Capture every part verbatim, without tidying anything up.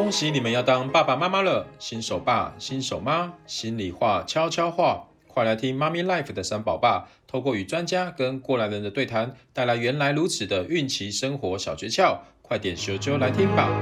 恭喜你们要当爸爸妈妈了，新手爸、新手妈，心里话、悄悄话，快来听妈咪 Life 的三宝爸，透过与专家跟过来人的对谈，带来原来如此的孕期生活小诀窍，快点咻啾来听吧。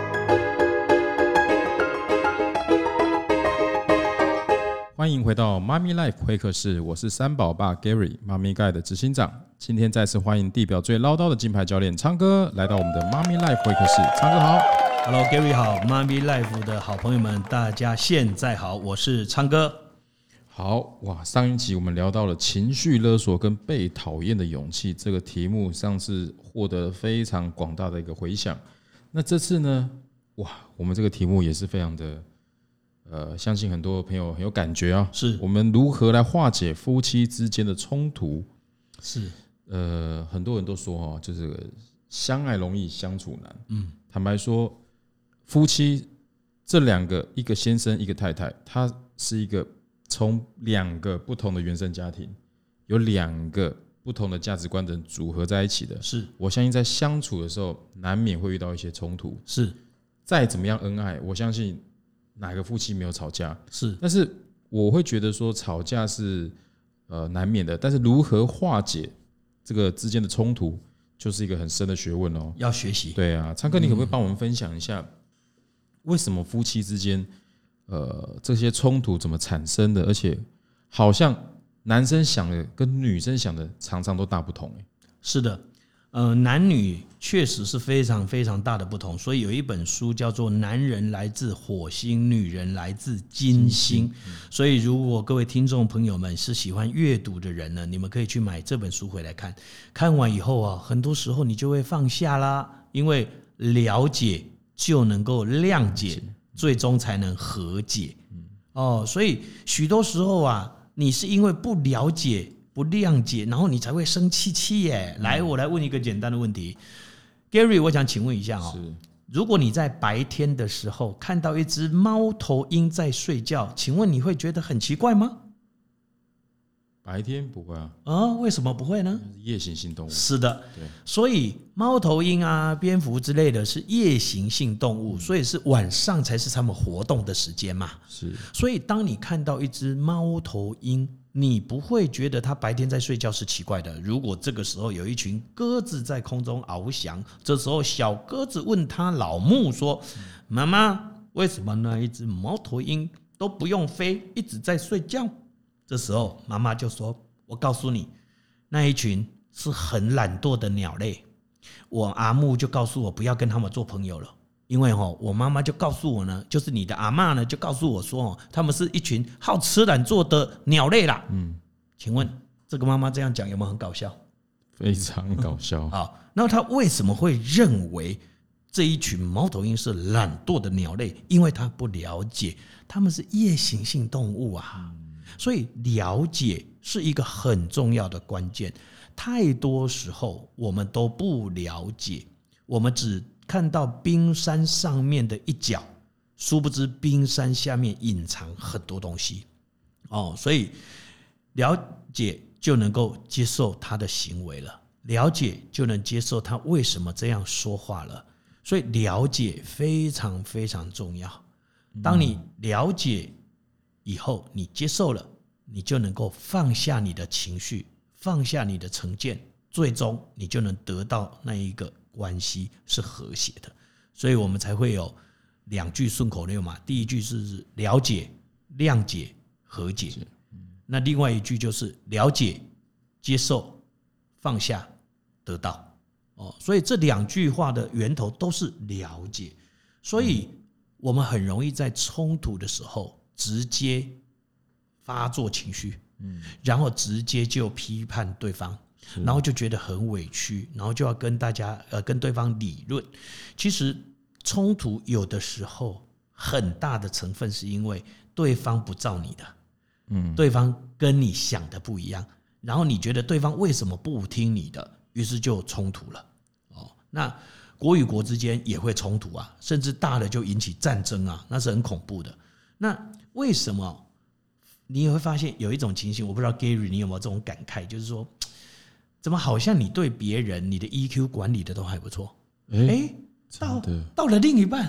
欢迎回到妈咪 Life 会客室，我是三宝爸 Gary， 妈咪盖的执行长。今天再次欢迎地表最唠叨的金牌教练昌哥来到我们的妈咪 Life 会客室。昌哥好。 Hello Gary 好，妈咪 Life 的好朋友们，大家现在好，我是昌哥。 好哇，上一集我们聊到了情绪勒索跟被讨厌的勇气这个题目，上次获得非常广大的一个回响。那这次呢，哇，我们这个题目也是非常的。呃，相信很多朋友很有感觉啊。 是我们如何来化解夫妻之间的冲突？ 是， 呃，很多人都说哦，就是相爱容易相处难。 嗯， 坦白说，夫妻这两个，一个先生一个太太，他是一个从两个不同的原生家庭，有两个不同的价值观的人组合在一起的。 是， 我相信在相处的时候，难免会遇到一些冲突。 是， 再怎么样恩爱，我相信。哪个夫妻没有吵架？ 是， 但是我会觉得说吵架是呃难免的，但是如何化解这个之间的冲突，就是一个很深的学问哦。 要学习。 对啊，昌哥，你可不可以帮我们分享一下，为什么夫妻之间呃这些冲突怎么产生的？而且好像男生想的跟女生想的常常都大不同。 是的。呃，男女确实是非常非常大的不同，所以有一本书叫做《男人来自火星，女人来自金星》。所以，如果各位听众朋友们是喜欢阅读的人呢，你们可以去买这本书回来看。看完以后啊，很多时候你就会放下啦，因为了解就能够谅解，最终才能和解。哦，所以许多时候啊，你是因为不了解。不谅解，然后你才会生气气耶。来，我来问一个简单的问题 ，Gary， 我想请问一下哦，如果你在白天的时候看到一只猫头鹰在睡觉，请问你会觉得很奇怪吗？ 白天不会啊。 啊，为什么不会呢？ 夜行性动物。 是的，所以猫头鹰啊、蝙蝠之类的是夜行性动物，所以是晚上才是它们活动的时间嘛。 是， 所以当你看到一只猫头鹰，你不会觉得它白天在睡觉是奇怪的。如果这个时候有一群鸽子在空中翱翔，这时候小鸽子问他老母说：“妈妈，为什么那一只猫头鹰都不用飞，一直在睡觉？”这时候妈妈就说：“我告诉你，那一群是很懒惰的鸟类。我阿母就告诉我不要跟他们做朋友了。”因为我妈妈就告诉我呢，就是你的阿嬷呢，就告诉我说，他们是一群好吃懒做的鸟类啦。嗯，请问这个妈妈这样讲有没有很搞笑？ 非常搞笑。 嗯、好，那她为什么会认为这一群猫头鹰是懒惰的鸟类？因为她不了解，它们是夜行性动物啊。所以了解是一个很重要的关键。太多时候我们都不了解，我们只看到冰山上面的一角，殊不知冰山下面隐藏很多东西。哦，所以了解就能够接受他的行为了，了解就能接受他为什么这样说话了。所以了解非常非常重要。当你了解以后，你接受了，你就能够放下你的情绪，放下你的成见，最终你就能得到那一个关系是和谐的。所以我们才会有两句顺口溜嘛。第一句是了解、谅解、和解，那另外一句就是了解、接受、放下、得到。哦，所以这两句话的源头都是了解。所以我们很容易在冲突的时候直接发作情绪，然后直接就批判对方，然后就觉得很委屈，然后就要跟大家呃跟对方理论。其实冲突有的时候很大的成分是因为对方不照你的，嗯，对方跟你想的不一样，然后你觉得对方为什么不听你的，于是就冲突了。哦，那国与国之间也会冲突啊，甚至大的就引起战争啊，那是很恐怖的。那为什么你也会发现有一种情形，我不知道 Gary 你有没有这种感慨，就是说怎么好像你对别人你的 E Q 管理的都还不错，哎、欸，到到了另一半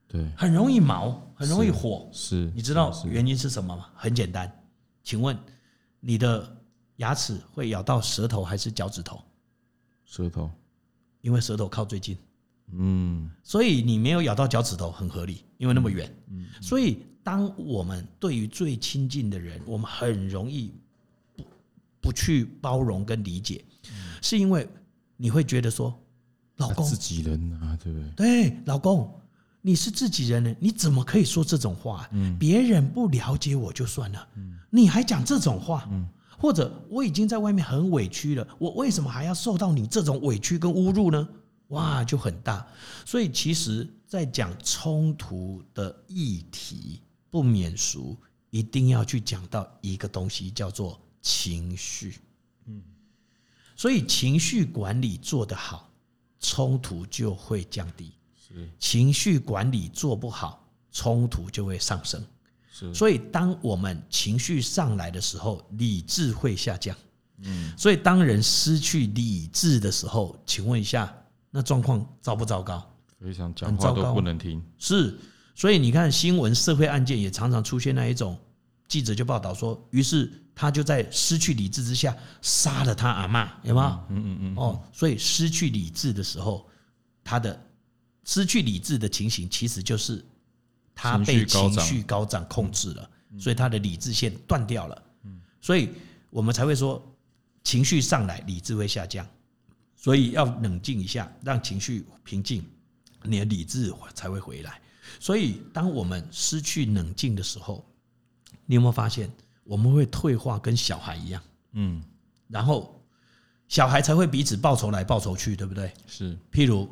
对，很容易毛，很容易火。 是， 你知道原因是什么吗？很简单，请问你的牙齿会咬到舌头还是脚趾头？ 舌头， 因为舌头靠最近。 嗯， 所以你没有咬到脚趾头很合理，因为那么远。嗯，所以当我们对于最亲近的人，我们很容易不不去包容跟理解，是因为你会觉得说，老公自己人啊，对不对？ 对，老公你是自己人呢，你怎么可以说这种话？嗯，别人不了解我就算了，嗯，你还讲这种话，嗯，或者我已经在外面很委屈了，我为什么还要受到你这种委屈跟侮辱呢？哇，就很大。所以其实在讲冲突的议题，不免俗一定要去讲到一个东西，叫做情绪。嗯，所以情绪管理做得好，冲突就会降低；情绪管理做不好，冲突就会上升。所以当我们情绪上来的时候，理智会下降。嗯，所以当人失去理智的时候，请问一下，那状况糟不糟糕？ 非常，讲话都不能听。 是，所以你看新闻社会案件也常常出现那一种，记者就报道说，于是他就在失去理智之下杀了他阿嬷，有没有？嗯嗯嗯。哦，所以失去理智的时候，他的失去理智的情形，其实就是他被情绪高涨控制了，所以他的理智线断掉了。所以我们才会说，情绪上来，理智会下降。所以要冷静一下，让情绪平静，你的理智才会回来。所以当我们失去冷静的时候，你有没有发现我们会退化，跟小孩一样？嗯，然后小孩才会彼此报仇来报仇去，对不对？ 是。 譬如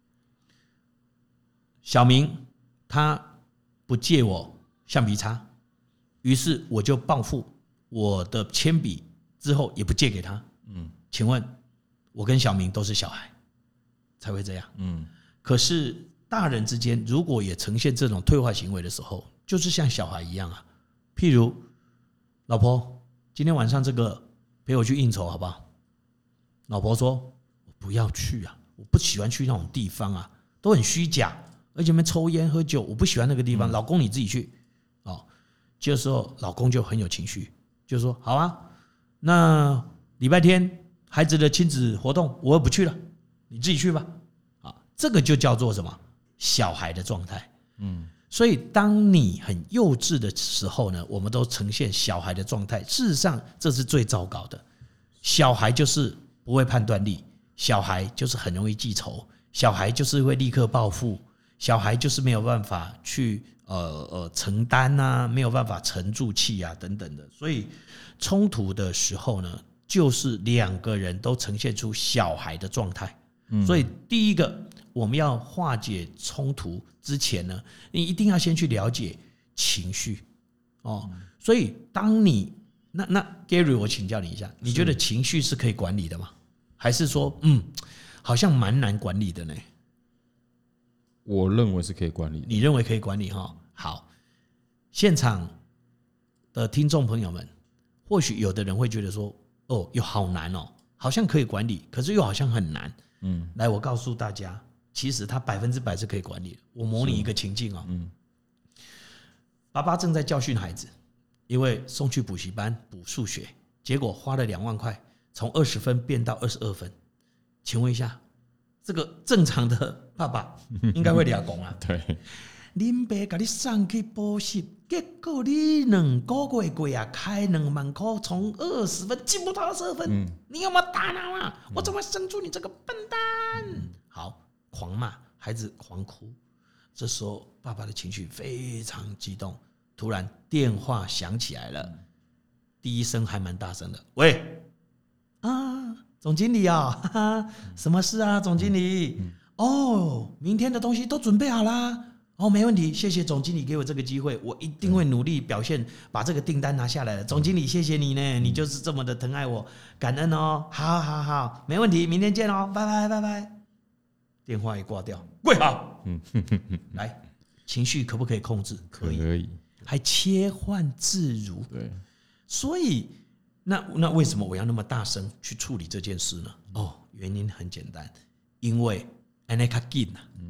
小明他不借我橡皮擦，于是我就报复，我的铅笔之后也不借给他。嗯，请问我跟小明都是小孩，才会这样。嗯，可是大人之间如果也呈现这种退化行为的时候，就是像小孩一样啊。譬如，老婆，今天晚上这个陪我去应酬好不好？老婆说，我不要去啊，我不喜欢去那种地方啊，都很虚假，而且们抽烟喝酒，我不喜欢那个地方。嗯、老公你自己去。哦，这时候老公就很有情绪，就说好啊，那礼拜天孩子的亲子活动我不去了，你自己去吧。啊，这个就叫做什么？小孩的状态。嗯，所以当你很幼稚的时候呢，我们都呈现小孩的状态。事实上，这是最糟糕的。小孩就是不会判断力，小孩就是很容易记仇，小孩就是会立刻报复，小孩就是没有办法去呃呃承担啊，没有办法沉住气啊等等的。所以冲突的时候呢，就是两个人都呈现出小孩的状态。所以第一个，我们要化解冲突之前呢，你一定要先去了解情绪哦。所以当你那那 Gary， 我请教你一下，你觉得情绪是可以管理的吗？还是说，嗯，好像蛮难管理的呢？ 我认为是可以管理的。 你认为可以管理哈？好，现场的听众朋友们，或许有的人会觉得说，哦，又好难哦，好像可以管理，可是又好像很难。嗯，来，我告诉大家，其实它百分之百是可以管理的。我模拟一个情境哦，嗯，爸爸正在教训孩子，因为送去补习班补数学，结果花了两万块，从二十分变到二十二分。请问一下，这个正常的爸爸应该会俩讲啊？ 对， 恁爸给你送去补习，结果你两个月过啊，开两万块，从二十分进不到二十二分，嗯、你有没有大脑啊？嗯、我怎么生出你这个笨蛋？嗯、好，狂骂孩子，狂哭。这时候爸爸的情绪非常激动，突然电话响起来了，第一声还蛮大声的，喂，啊，总经理啊、哦，哈哈，什么事啊，总经理？嗯、哦，明天的东西都准备好啦。哦，没问题，谢谢总经理给我这个机会，我一定会努力表现，把这个订单拿下来的。总经理，谢谢你呢，你就是这么的疼爱我，感恩哦。好好好，没问题，明天见哦，拜拜拜拜。电话一挂掉，跪好。嗯，来，情绪可不可以控制？可以， 可以， 还切换自如。 对， 所以那那为什么我要那么大声去处理这件事呢？哦，原因很简单，因为安内卡紧呐。嗯。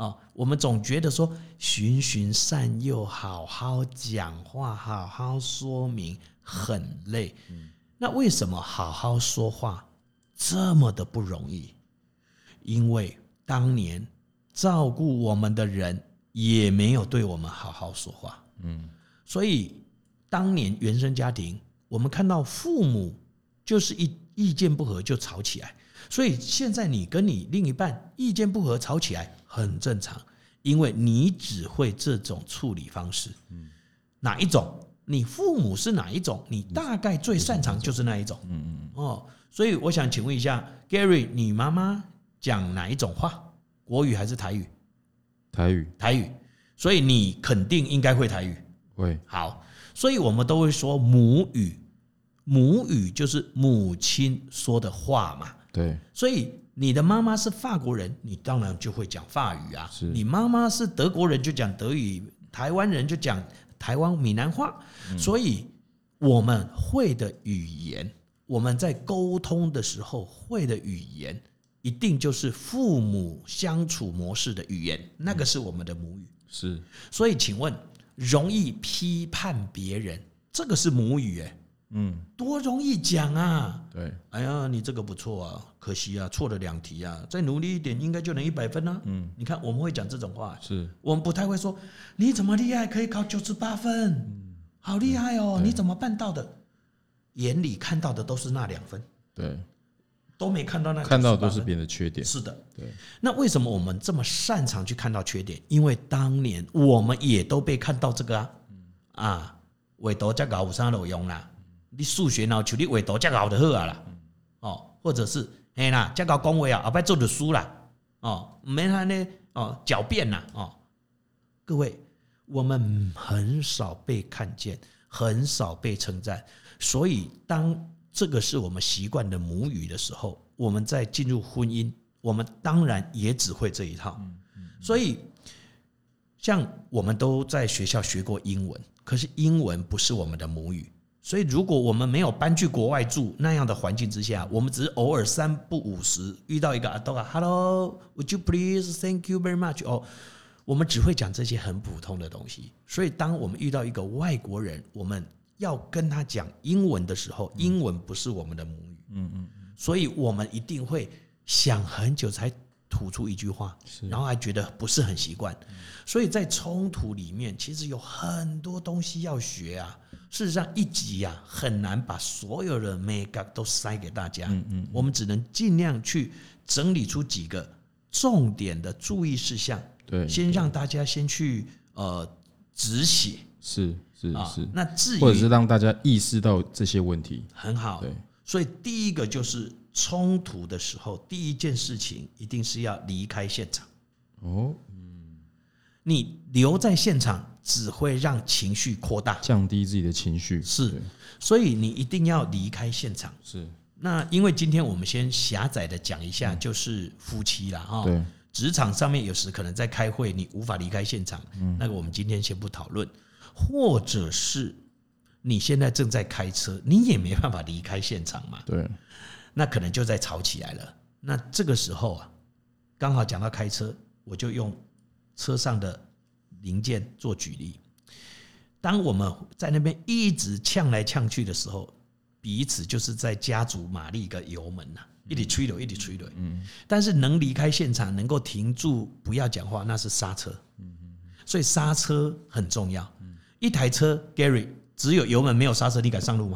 哦，我们总觉得说循循善诱，好好讲话，好好说明很累。嗯、那为什么好好说话这么的不容易？因为当年照顾我们的人也没有对我们好好说话。嗯，所以当年原生家庭，我们看到父母就是一意见不合就吵起来。所以现在你跟你另一半意见不合吵起来很正常，因为你只会这种处理方式。嗯、哪一种？你父母是哪一种？你大概最擅长就是那一种。嗯嗯哦，所以我想请问一下 Gary， 你妈妈讲哪一种话？国语还是台语？ 台语。 台语。所以你肯定应该会台语。 会。 好，所以我们都会说母语，母语就是母亲说的话嘛。 对， 所以你的妈妈是法国人，你当然就会讲法语啊。你妈妈是德国人，就讲德语；台湾人就讲台湾闽南话。嗯、所以我们会的语言，我们在沟通的时候会的语言，一定就是父母相处模式的语言，那个是我们的母语。 是， 所以请问，容易批判别人，这个是母语哎。嗯，多容易讲啊！ 对， 哎呀，你这个不错啊，可惜啊，错了两题啊，再努力一点，应该就能一百分啊。嗯，你看我们会讲这种话， 是我们不太会说你怎么厉害，可以考九十八分，嗯、好厉害哦，你怎么办到的？眼里看到的都是那两分， 对， 都没看到那看到都是别人的缺点。 是的， 对。 那为什么我们这么擅长去看到缺点？因为当年我们也都被看到这个啊，嗯、啊，画图才搞有啥路用啦？你数学然后像你画图才搞就好啊啦，哦，或者是嘿啦，才搞讲话啊，后摆做就输啦，哦，唔免安尼哦狡辩啦，哦，各位，我们很少被看见，很少被称赞，所以当这个是我们习惯的母语的时候，我们在进入婚姻，我们当然也只会这一套，所以像我们都在学校学过英文，可是英文不是我们的母语。所以，如果我们没有搬去国外住那样的环境之下，我们只是偶尔三不五时遇到一个阿多啊 ，Hello, would you please, thank you very much 哦，我们只会讲这些很普通的东西。所以，当我们遇到一个外国人，我们要跟他讲英文的时候，英文不是我们的母语，嗯嗯，所以我们一定会想很久才吐出一句话，然后还觉得不是很习惯。所以在冲突里面，其实有很多东西要学啊。事实上，一集啊很难把所有的眉角都塞给大家。嗯嗯，我们只能尽量去整理出几个重点的注意事项。对，先让大家先去呃止血。 是是是、啊。 那至于或者是让大家意识到这些问题。 很好。对，所以第一个就是冲突的时候，第一件事情一定是要离开现场。哦，嗯，你留在现场只会让情绪扩大， 降低自己的情绪。 是，所以你一定要离开现场。 是， 那因为今天我们先狭窄的讲一下，就是夫妻啦，哈，对，职场上面有时可能在开会，你无法离开现场，嗯，那个我们今天先不讨论，或者是你现在正在开车，你也没办法离开现场嘛， 对， 那可能就在吵起来了。那这个时候啊，刚好讲到开车，我就用车上的零件做举例。当我们在那边一直呛来呛去的时候，彼此就是在加足马力跟油门呐、啊，一直吹流，一直吹流。嗯，但是能离开现场，能够停住，不要讲话，那是刹车。嗯，所以刹车很重要。嗯，一台车 ，Gary 只有油门没有刹车，你敢上路吗？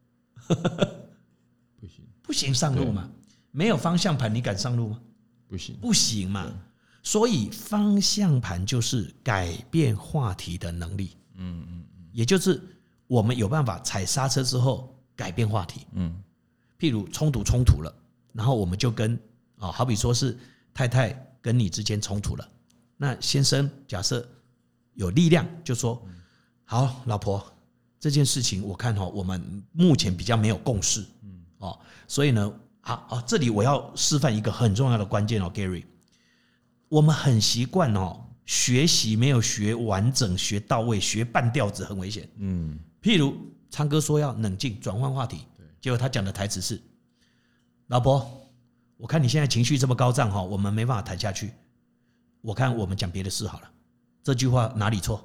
不行， 不行上路嘛。没有方向盘，你敢上路吗？ 不行， 不行嘛。所以方向盘就是改变话题的能力。嗯嗯嗯，也就是我们有办法踩刹车之后改变话题。嗯，譬如冲突冲突了，然后我们就跟啊、哦，好比说是太太跟你之间冲突了，那先生假设有力量就说，好，老婆，这件事情我看哈、哦，我们目前比较没有共识。嗯，哦，所以呢，好哦，这里我要示范一个很重要的关键哦 ，Gary。我们很习惯哦，学习没有学完整、学到位、学半调子很危险。嗯，譬如昌哥说要冷静转换话题，结果他讲的台词是：“老婆，我看你现在情绪这么高涨哈，我们没办法谈下去。 我看我们讲别的事好了，这句话哪里错？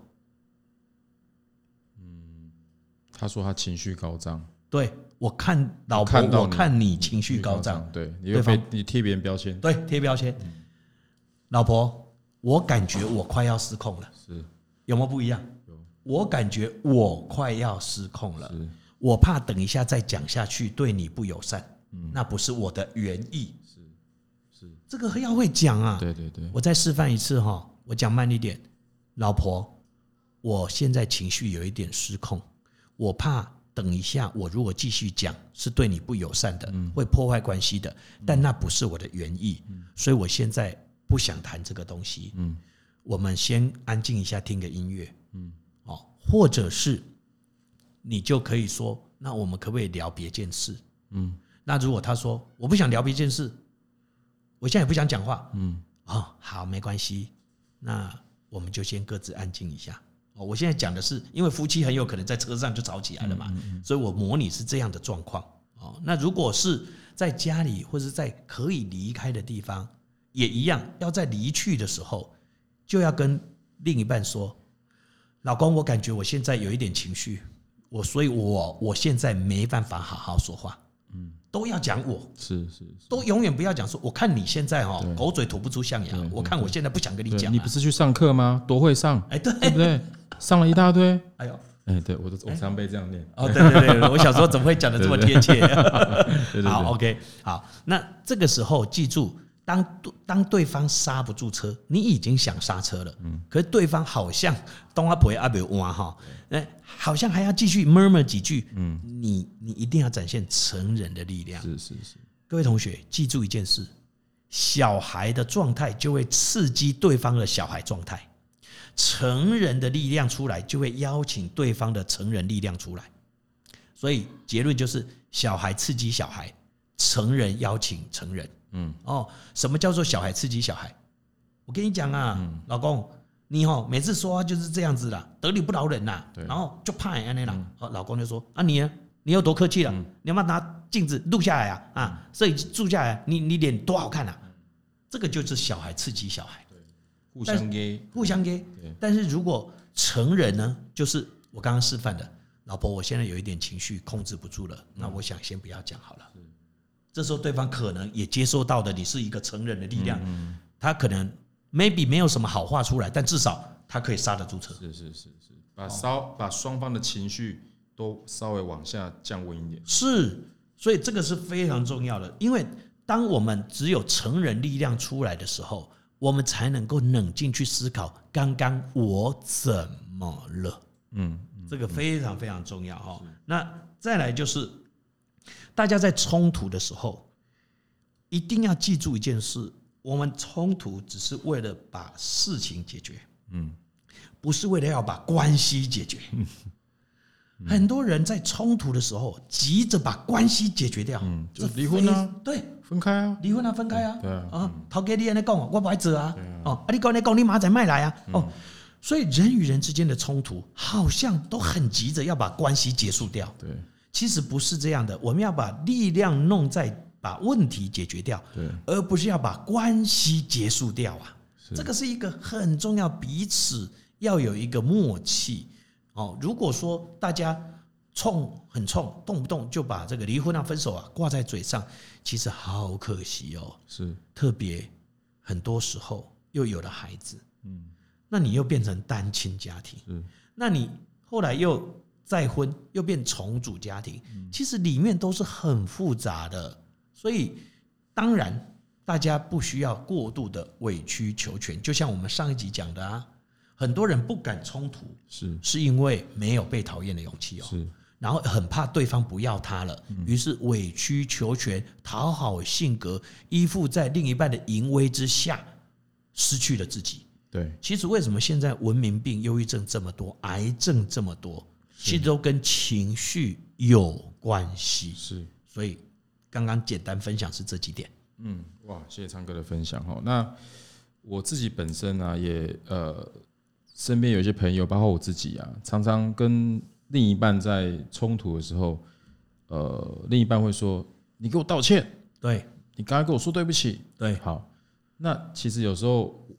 嗯，他说他情绪高涨， 对，我看老婆， 看到我看你情绪高涨， 对，你又被你贴别人标签， 对，贴标签。嗯、老婆，我感觉我快要失控了， 是有没有不一样？ 有， 我感觉我快要失控了， 是我怕等一下再讲下去对你不友善，嗯、那不是我的原意。 是是， 这个要会讲啊。 对对对， 我再示范一次哈，我讲慢一点。老婆，我现在情绪有一点失控，我怕等一下我如果继续讲是对你不友善的，嗯、会破坏关系的，但那不是我的原意，嗯、所以我现在不想谈这个东西。嗯、我们先安静一下，听个音乐。嗯、哦，或者是你就可以说，那我们可不可以聊别件事？嗯，那如果他说我不想聊别件事，我现在也不想讲话。嗯，哦，好，没关系，那我们就先各自安静一下。哦，我现在讲的是，因为夫妻很有可能在车上就吵起来了嘛，嗯嗯嗯，所以我模拟是这样的状况。哦，那如果是在家里或是在可以离开的地方，也一样，要在离去的时候，就要跟另一半说：“老公，我感觉我现在有一点情绪，我所以我我现在没办法好好说话。”嗯，都要讲我， 是是， 都永远不要讲说，我看你现在哦，狗嘴吐不出象牙，我看我现在不想跟你讲。 你不是去上课吗？多会上， 哎，对， 对不对？上了一大堆， 哎呦， 哎，对我都我常被这样念。 哦，对对对，我小时候怎么会讲的这么贴切？好 ，OK， 好，那这个时候记住，当当对方刹不住车，你已经想刹车了，嗯，可是对方好像东阿婆阿伯哇哈，哎，好像还要继续 murmur 几句，嗯，你你一定要展现成人的力量。 是是是， 各位同学记住一件事，小孩的状态就会刺激对方的小孩状态，成人的力量出来就会邀请对方的成人力量出来。所以结论就是，小孩刺激小孩，成人邀请成人。嗯，哦，什么叫做小孩刺激小孩？我跟你讲啊，嗯、老公，你哦每次说话就是这样子啦，得理不饶人啦，然后就怕安那啦。嗯、老公就说啊你呢？你有多客气了？嗯、你要不要拿镜子录下来啊？啊，摄影机录下来，你你脸多好看啊！这个就是小孩刺激小孩， 对，互相给， 互相给。但是如果成人呢，就是我刚刚示范的，老婆，我现在有一点情绪控制不住了，嗯、那我想先不要讲好了。这时候对方可能也接受到的，你是一个成人的力量，嗯嗯，他可能 maybe 没有什么好话出来，但至少他可以刹得住车。 是是是是，把稍把双方的情绪都稍微往下降温一点。 是，所以这个是非常重要的，因为当我们只有成人力量出来的时候，我们才能够冷静去思考，刚刚我怎么了？嗯，这个非常非常重要哈。那再来就是。大家在冲突的时候，一定要记住一件事：我们冲突只是为了把事情解决，嗯，不是为了要把关系解决。嗯嗯、很多人在冲突的时候急着把关系解决掉， 嗯，就离婚啊， 对， 分开啊， 离婚啊，分开啊， 对啊， 啊，头家你安尼讲，我不爱做啊，哦，啊，你讲你讲，你马仔卖来啊，哦，所以人与人之间的冲突，好像都很急着要把关系结束掉， 对。 其实不是这样的，我们要把力量弄在把问题解决掉，对，而不是要把关系结束掉啊。这个是一个很重要，彼此要有一个默契哦。如果说大家冲很冲，动不动就把这个离婚啊、分手啊挂在嘴上，其实好可惜哦。 是， 特别很多时候又有了孩子，嗯，那你又变成单亲家庭，是，那你后来又。再婚又变重组家庭，其实里面都是很复杂的，所以当然大家不需要过度的委曲求全。就像我们上一集讲的啊，很多人不敢冲突，是是因为没有被讨厌的勇气哦，是，然后很怕对方不要他了，于是委曲求全、讨好性格，依附在另一半的淫威之下，失去了自己。 对， 其实为什么现在文明病、忧郁症这么多，癌症这么多？其实都跟情绪有关系，是，所以刚刚简单分享是这几点。 嗯，哇，谢谢昌哥的分享哈。那我自己本身啊，也呃，身边有一些朋友，包括我自己啊，常常跟另一半在冲突的时候，呃，另一半会说：“你给我道歉， 对， 你刚才跟我说对不起。” 对， 好。那其实有时候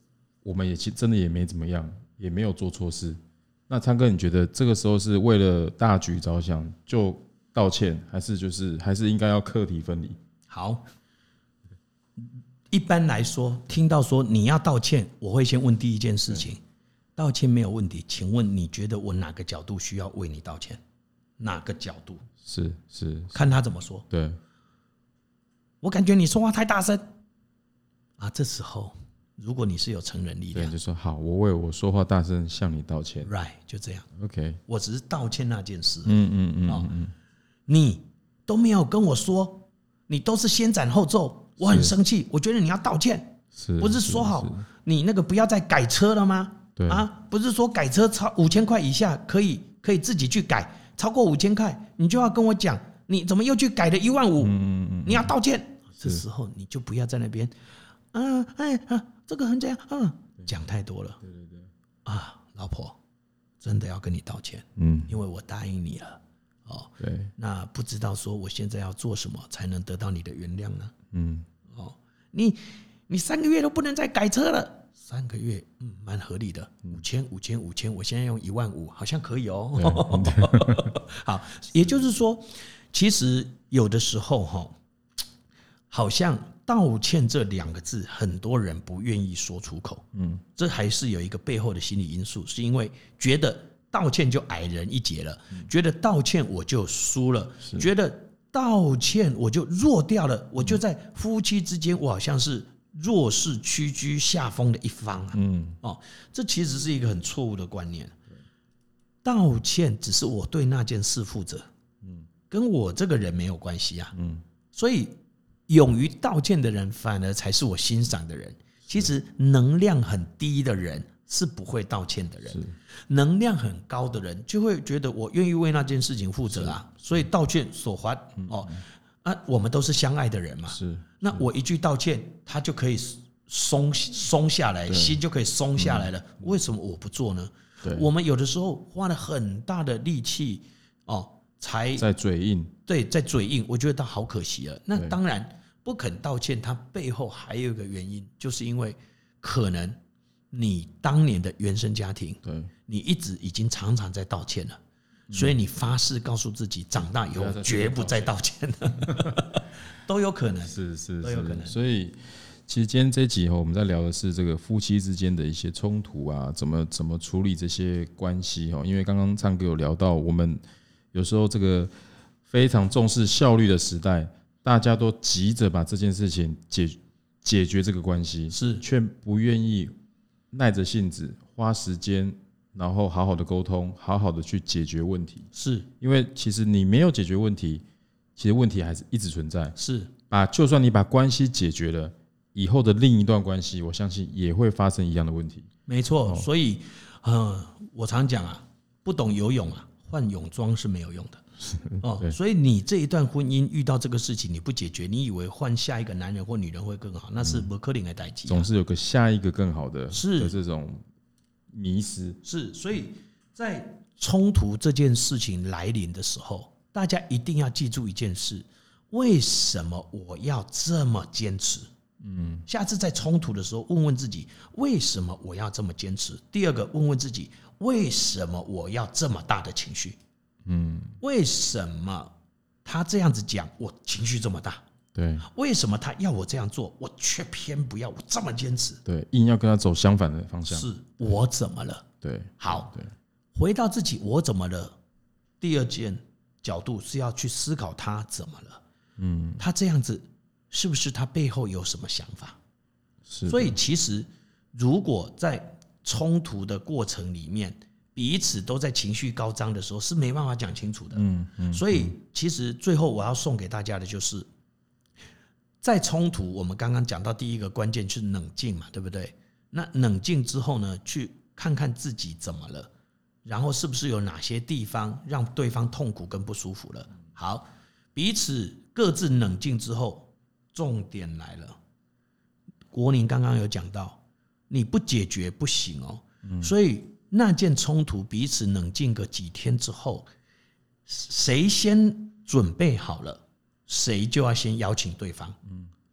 我们也其真的也没怎么样，也没有做错事。那昌哥，你觉得这个时候是为了大局着想就道歉，还是就是还是应该要课题分离？ 好，一般来说，听到说你要道歉，我会先问第一件事情：道歉没有问题，请问你觉得我哪个角度需要为你道歉？哪个角度？ 是是， 看他怎么说。 对， 我感觉你说话太大声啊，这时候如果你是有成人力量， 对，就说好，我为我说话大声向你道歉。 right， 就这样。 OK， 我只是道歉那件事。 嗯嗯嗯嗯嗯， 你都没有跟我说，你都是先斩后奏，我很生气。我觉得你要道歉， 是不是说好你那个不要再改车了吗？ 对啊，不是说改车超五千块以下可以可以自己去改，超过五千块你就要跟我讲，你怎么又去改了一万五？嗯嗯嗯，你要道歉。这时候你就不要在那边，啊哎啊，这个很这样，嗯，讲太多了。对对对，啊，老婆，真的要跟你道歉，嗯，因为我答应你了。哦，对，那不知道说我现在要做什么才能得到你的原谅呢？嗯，哦，你你三个月都不能再改车了，三个月，嗯，蛮合理的，五千五千五千，我现在用一万五，好像可以哦。好，也就是说，其实有的时候哈，好像道歉这两个字，很多人不愿意说出口。嗯，这还是有一个背后的心理因素，是因为觉得道歉就矮人一截了，觉得道歉我就输了，觉得道歉我就弱掉了，我就在夫妻之间，我好像是弱势屈居下风的一方啊。嗯，哦，这其实是一个很错误的观念。道歉只是我对那件事负责，嗯，跟我这个人没有关系啊。嗯，所以勇于道歉的人，反而才是我欣赏的人。其实能量很低的人是不会道歉的人，能量很高的人就会觉得我愿意为那件事情负责啊，所以道歉所还哦啊，我们都是相爱的人嘛，是，那我一句道歉，他就可以松松下来，心就可以松下来了。为什么我不做呢？我们有的时候花了很大的力气哦，才在嘴硬， 对，在嘴硬，我觉得他好可惜了。那当然不肯道歉，他背后还有一个原因，就是因为可能你当年的原生家庭，对，你一直已经常常在道歉了，所以你发誓告诉自己，长大以后绝不再道歉了，都有可能， 是是， 都有可能。 所以其实今天这一集我们在聊的是这个夫妻之间的一些冲突啊，怎么怎么处理这些关系哈。因为刚刚唱歌有聊到，我们有时候这个非常重视效率的时代，大家都急着把这件事情解解决这个关系，是却不愿意耐着性子花时间，然后好好的沟通，好好的去解决问题。是因为其实你没有解决问题，其实问题还是一直存在。是把就算你把关系解决了，以后的另一段关系，我相信也会发生一样的问题。 没错，所以，呃，我常讲啊，不懂游泳啊，换泳装是没有用的。哦，所以你这一段婚姻遇到这个事情你不解决，你以为换下一个男人或女人会更好，那是不可能的代志。 总是有个下一个更好的，是的这种迷失。 是，所以在冲突这件事情来临的时候，大家一定要记住一件事：为什么我要这么坚持？嗯，下次在冲突的时候，问问自己，为什么我要这么坚持？第二个，问问自己，为什么我要这么大的情绪？嗯，为什么他这样子讲，我情绪这么大？对，为什么他要我这样做，我却偏不要？我这么坚持， 对，硬要跟他走相反的方向， 是我怎么了？ 对， 好，对，回到自己，我怎么了？第二件角度是要去思考他怎么了？嗯，他这样子是不是他背后有什么想法？是，所以其实如果在冲突的过程里面，彼此都在情绪高涨的时候，是没办法讲清楚的。嗯嗯，所以其实最后我要送给大家的就是，在冲突，我们刚刚讲到第一个关键是冷静嘛，对不对？那冷静之后呢，去看看自己怎么了，然后是不是有哪些地方让对方痛苦跟不舒服了。好，彼此各自冷静之后，重点来了。国宁刚刚有讲到，你不解决不行哦。嗯，所以那件冲突彼此冷静个几天之后，谁先准备好了，谁就要先邀请对方。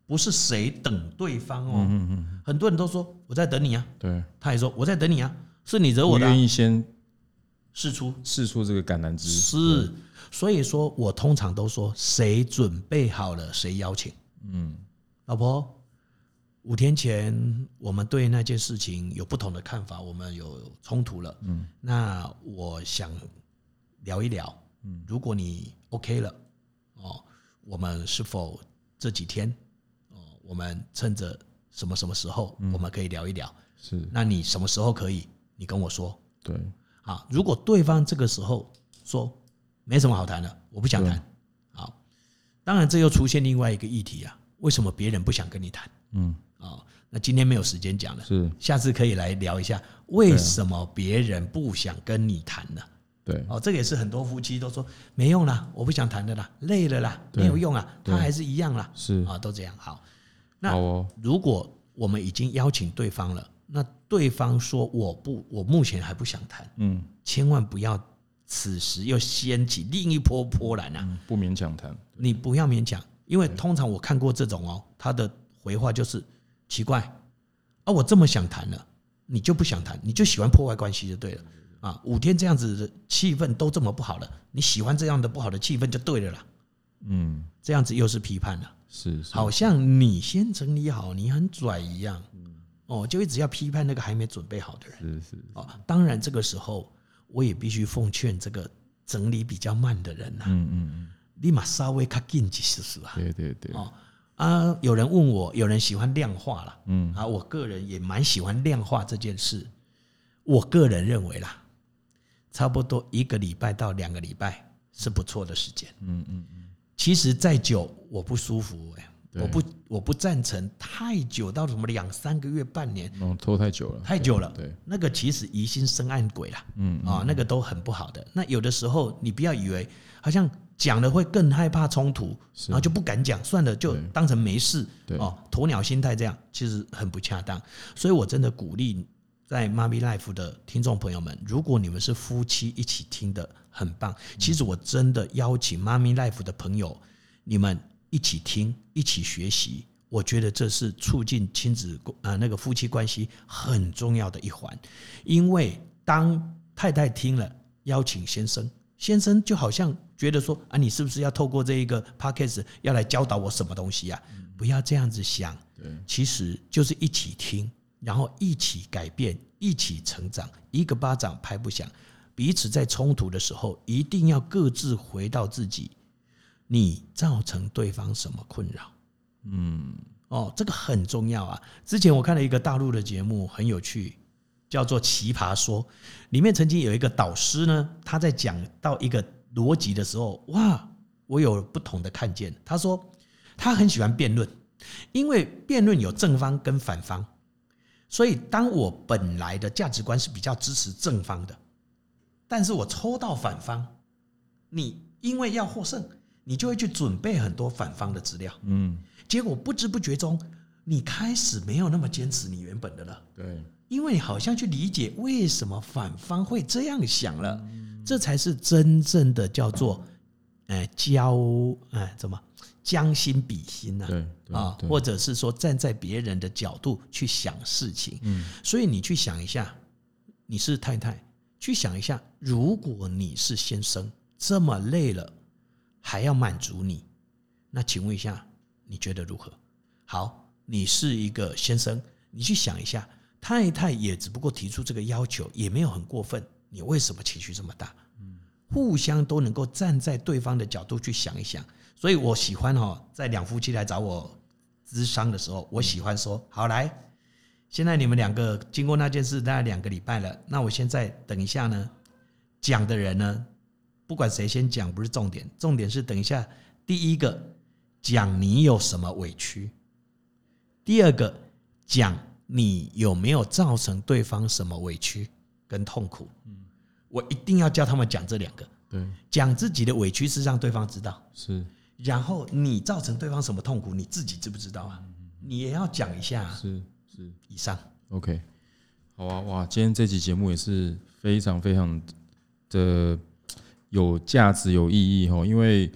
不是谁等对方哦。嗯嗯很多人都说我在等你啊， 对， 他也说我在等你啊，是你惹我的、啊， 不愿意先释出释出这个橄榄枝。 是，所以说我通常都说谁准备好了谁邀请。嗯，老婆，五天前我们对那件事情有不同的看法，我们有冲突了。嗯，那我想聊一聊。嗯，如果你 OK 了，哦，我们是否这几天，哦，我们趁着什么什么时候，我们可以聊一聊。是，那你什么时候可以？你跟我说。 对， 啊，如果对方这个时候说没什么好谈的，我不想谈。好，当然这又出现另外一个议题啊，为什么别人不想跟你谈？嗯，啊，那今天没有时间讲了， 是， 下次可以来聊一下为什么别人不想跟你谈呢？ 对， 哦，这个也是很多夫妻都说没用啦，我不想谈的啦，累了啦，没有用啊，他还是一样啦， 是啊，都这样。好，那如果我们已经邀请对方了，那对方说我不，我目前还不想谈，嗯，千万不要此时又掀起另一波波澜啊，嗯， 不勉强谈， 你不要勉强，因为通常我看过这种哦，他的回话就是奇怪啊，我这么想谈了，你就不想谈，你就喜欢破坏关系就对了。啊，五天这样子的气氛都这么不好了，你喜欢这样的不好的气氛就对了啦。嗯，这样子又是批判了， 是，是好像你先整理好，你很拽一样。嗯，哦，就一直要批判那个还没准备好的人。 是是是哦，当然这个时候我也必须奉劝这个整理比较慢的人呐、啊。嗯嗯嗯，立马稍微卡紧几试试啊。 对对对。 哦啊，有人问我，有人喜欢量化了。嗯啊，我个人也蛮喜欢量化这件事。我个人认为啦。差不多一个礼拜到两个礼拜是不错的时间。嗯嗯嗯。其实再久我不舒服哎、欸，我不我不赞成太久到什么两三个月、半年， 哦，拖太久了， 太久了。 对， 那个其实疑心生暗鬼啦。嗯啊、哦，那个都很不好的。那有的时候你不要以为好像讲了会更害怕冲突，然后就不敢讲，算了，就当成没事。对哦，鸵鸟心态这样其实很不恰当。所以我真的鼓励。在妈咪 Life 的听众朋友们，如果你们是夫妻一起听的，很棒。其实我真的邀请妈咪 Life 的朋友，你们一起听，一起学习。我觉得这是促进亲子啊那个夫妻关系很重要的一环。因为当太太听了，邀请先生，先生就好像觉得说啊，你是不是要透过这一个 podcast 要来教导我什么东西啊？不要这样子想，其实就是一起听。然后一起改变，一起成长，一个巴掌拍不响。彼此在冲突的时候，一定要各自回到自己，你造成对方什么困扰？嗯，哦，这个很重要啊。之前我看了一个大陆的节目，很有趣，叫做《奇葩说》，里面曾经有一个导师呢，他在讲到一个逻辑的时候，哇，我有不同的看见。他说他很喜欢辩论，因为辩论有正方跟反方。所以当我本来的价值观是比较支持正方的，但是我抽到反方，你因为要获胜，你就会去准备很多反方的资料，嗯，结果不知不觉中，你开始没有那么坚持你原本的了， 对， 因为你好像去理解为什么反方会这样想了，这才是真正的叫做，呃，交，呃，怎么？将心比心呐、啊，啊，或者是说站在别人的角度去想事情，嗯，所以你去想一下，你是太太，去想一下，如果你是先生，这么累了还要满足你，那请问一下，你觉得如何？好，你是一个先生，你去想一下，太太也只不过提出这个要求，也没有很过分，你为什么情绪这么大？互相都能够站在对方的角度去想一想。所以我喜欢哦，在两夫妻来找我咨商的时候，我喜欢说，好来，现在你们两个经过那件事大概两个礼拜了，那我现在等一下呢，讲的人呢，不管谁先讲不是重点，重点是等一下第一个讲你有什么委屈，第二个讲你有没有造成对方什么委屈跟痛苦。我一定要叫他们讲这两个，对，讲自己的委屈是让对方知道，是，然后你造成对方什么痛苦，你自己知不知道啊？你也要讲一下， 是是。 以上 ，OK， 好啊，哇，今天这期节目也是非常非常的有价值、有意义哈，因为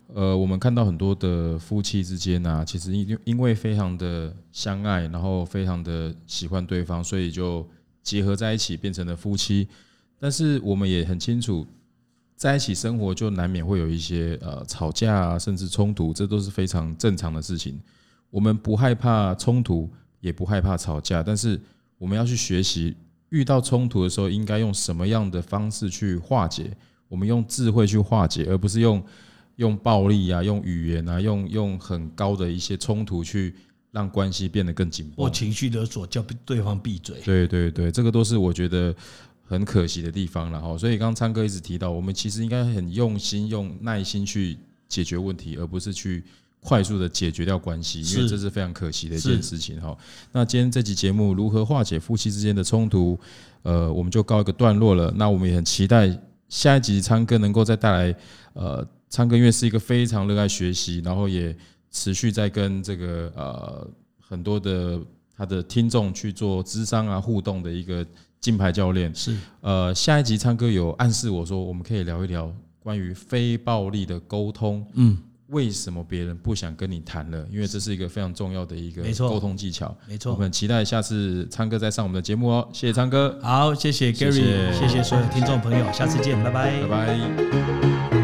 呃，我们看到很多的夫妻之间啊，其实因因为非常的相爱，然后非常的喜欢对方，所以就结合在一起变成了夫妻。但是我们也很清楚，在一起生活就难免会有一些呃吵架啊，甚至冲突，这都是非常正常的事情。我们不害怕冲突，也不害怕吵架，但是我们要去学习，遇到冲突的时候应该用什么样的方式去化解。我们用智慧去化解，而不是用用暴力啊、用语言啊、用用很高的一些冲突去让关系变得更紧绷， 或情绪勒索，叫对方闭嘴。 对对对，这个都是我觉得很可惜的地方了哈。所以刚刚昌哥一直提到，我们其实应该很用心、用耐心去解决问题，而不是去快速的解决掉关系，因为这是非常可惜的一件事情哈。那今天这期节目如何化解夫妻之间的冲突，呃，我们就告一个段落了。那我们也很期待下一集昌哥能够再带来，呃，昌哥因为是一个非常热爱学习，然后也持续在跟这个呃很多的他的听众去做諮商啊互动的一个金牌教练。 是， 呃，下一集昌哥有暗示我说，我们可以聊一聊关于非暴力的沟通。嗯。为什么别人不想跟你谈了？因为这是一个非常重要的一个沟通技巧。 没错， 我们期待下次昌哥再上我们的节目哦。谢谢昌哥， 好，谢谢 Gary， 谢谢所有听众朋友，下次见，拜拜， 拜拜。